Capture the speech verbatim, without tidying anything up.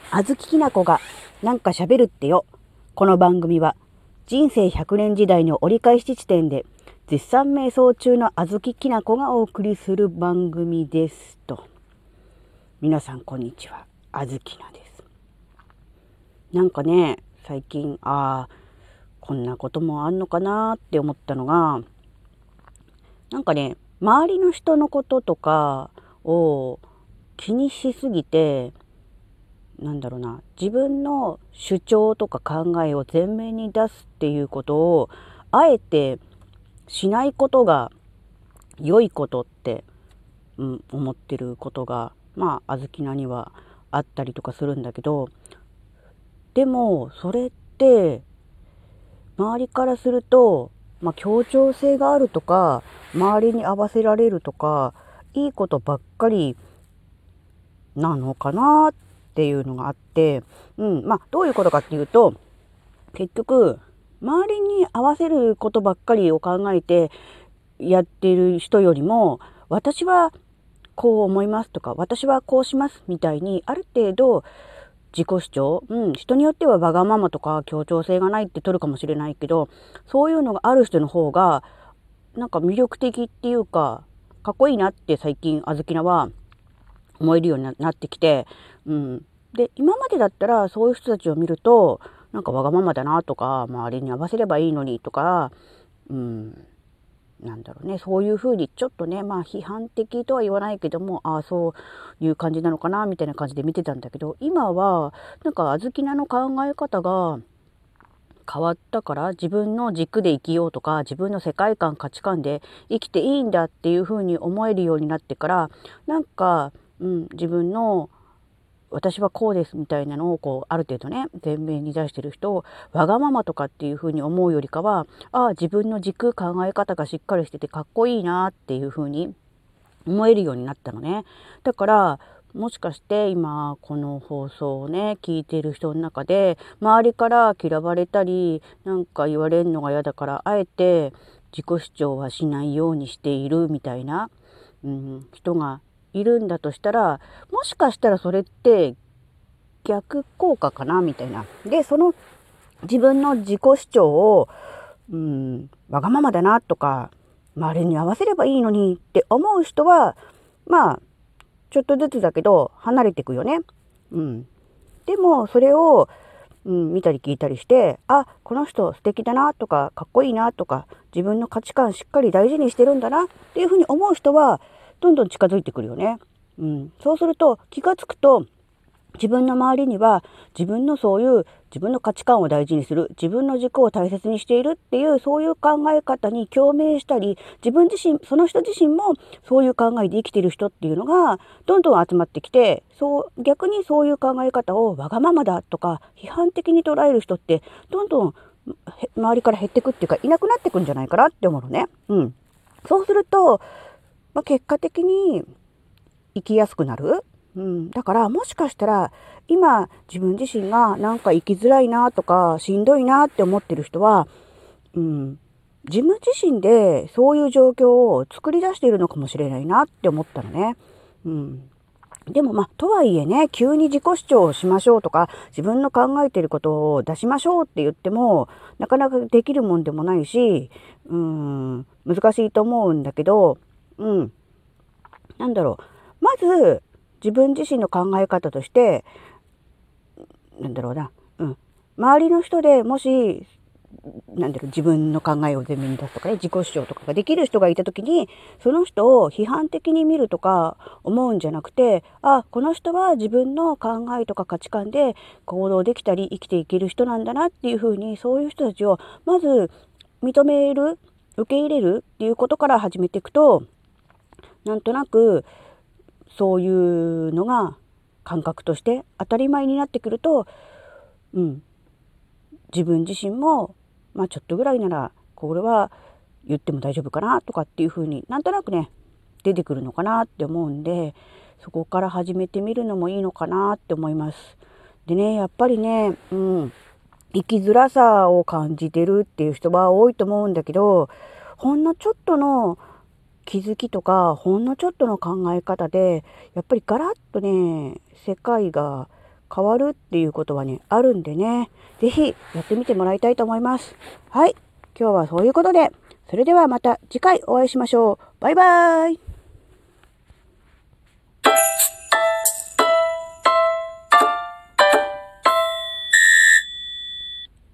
あずききなこがなんか喋るってよ。この番組は人生ひゃくねん時代の折り返し地点で絶賛瞑想中のあずききなこがお送りする番組ですと。皆さんこんにちは、あずきなです。なんかね、最近ああこんなこともあんのかなって思ったのが、なんかね、周りの人のこととかを気にしすぎて、なんだろうな、自分の主張とか考えを前面に出すっていうことをあえてしないことが良いことって、うん、思ってることがまああずきなにはあったりとかするんだけど、でもそれって周りからすると、まあ、協調性があるとか周りに合わせられるとかいいことばっかりなのかなっていうのがあって、うん、まあどういうことかっていうと、結局周りに合わせることばっかりを考えてやっている人よりも、私はこう思いますとか私はこうしますみたいにある程度自己主張、うん、人によってはわがままとか協調性がないって取るかもしれないけど、そういうのがある人の方がなんか魅力的っていうかかっこいいなって最近あずきなは思えるようになってきて、うん、で今までだったらそういう人たちを見るとなんかわがままだなとか周りに合わせればいいのにとか、うん、なんだろうね、そういうふうにちょっとね、まあ批判的とは言わないけども、ああそういう感じなのかなみたいな感じで見てたんだけど、今はなんかあずきなの考え方が変わったから、自分の軸で生きようとか自分の世界観価値観で生きていいんだっていうふうに思えるようになってから、なんか、うん、自分の私はこうですみたいなのをこうある程度ね前面に出してる人をわがままとかっていうふうに思うよりかは、ああ自分の軸考え方がしっかりしててかっこいいなっていうふうに思えるようになったのね。だからもしかして今この放送をね聞いている人の中で周りから嫌われたりなんか言われるのが嫌だからあえて自己主張はしないようにしているみたいな、うん、人がいるんだとしたら、もしかしたらそれって逆効果かなみたいな。で、その自分の自己主張を、うん、わがままだなとか、周りに合わせればいいのにって思う人は、まあ、ちょっとずつだけど離れていくよね。うん。でも、それを、うん、見たり聞いたりして、あ、この人素敵だなとか、かっこいいなとか、自分の価値観しっかり大事にしてるんだなっていうふうに思う人は、どんどん近づいてくるよね。うん。そうすると、気がつくと、自分の周りには自分のそういう自分の価値観を大事にする、自分の軸を大切にしているっていうそういう考え方に共鳴したり、自分自身その人自身もそういう考えで生きている人っていうのがどんどん集まってきて、そう逆にそういう考え方をわがままだとか批判的に捉える人ってどんどん周りから減ってくっていうかいなくなってくんじゃないかなって思うのね。うん。そうすると、まあ、結果的に生きやすくなる。うん、だからもしかしたら今自分自身がなんか生きづらいなとかしんどいなって思ってる人は、うん、自分自身でそういう状況を作り出しているのかもしれないなって思ったのね。うん、でもまあとはいえね、急に自己主張をしましょうとか自分の考えていることを出しましょうって言ってもなかなかできるもんでもないし、うん、難しいと思うんだけど、うん、なんだろう、まず自分自身の考え方として、なんだろうな、うん、周りの人でもし、なんだろう、自分の考えを前面に出すとかね、自己主張とかができる人がいた時に、その人を批判的に見るとか思うんじゃなくて、あ、この人は自分の考えとか価値観で行動できたり生きていける人なんだなっていうふうに、そういう人たちをまず認める、受け入れるっていうことから始めていくと、なんとなくそういうのが感覚として当たり前になってくると、うん、自分自身も、まあちょっとぐらいなら、これは言っても大丈夫かなとかっていう風になんとなくね、出てくるのかなって思うんで、そこから始めてみるのもいいのかなって思います。でね、やっぱりね、うん、生きづらさを感じてるっていう人は多いと思うんだけど、ほんのちょっとの気づきとかほんのちょっとの考え方でやっぱりガラッとね世界が変わるっていうことはね、あるんでね、ぜひやってみてもらいたいと思います。はい。今日はそういうことで、それではまた次回お会いしましょう。バイバーイ。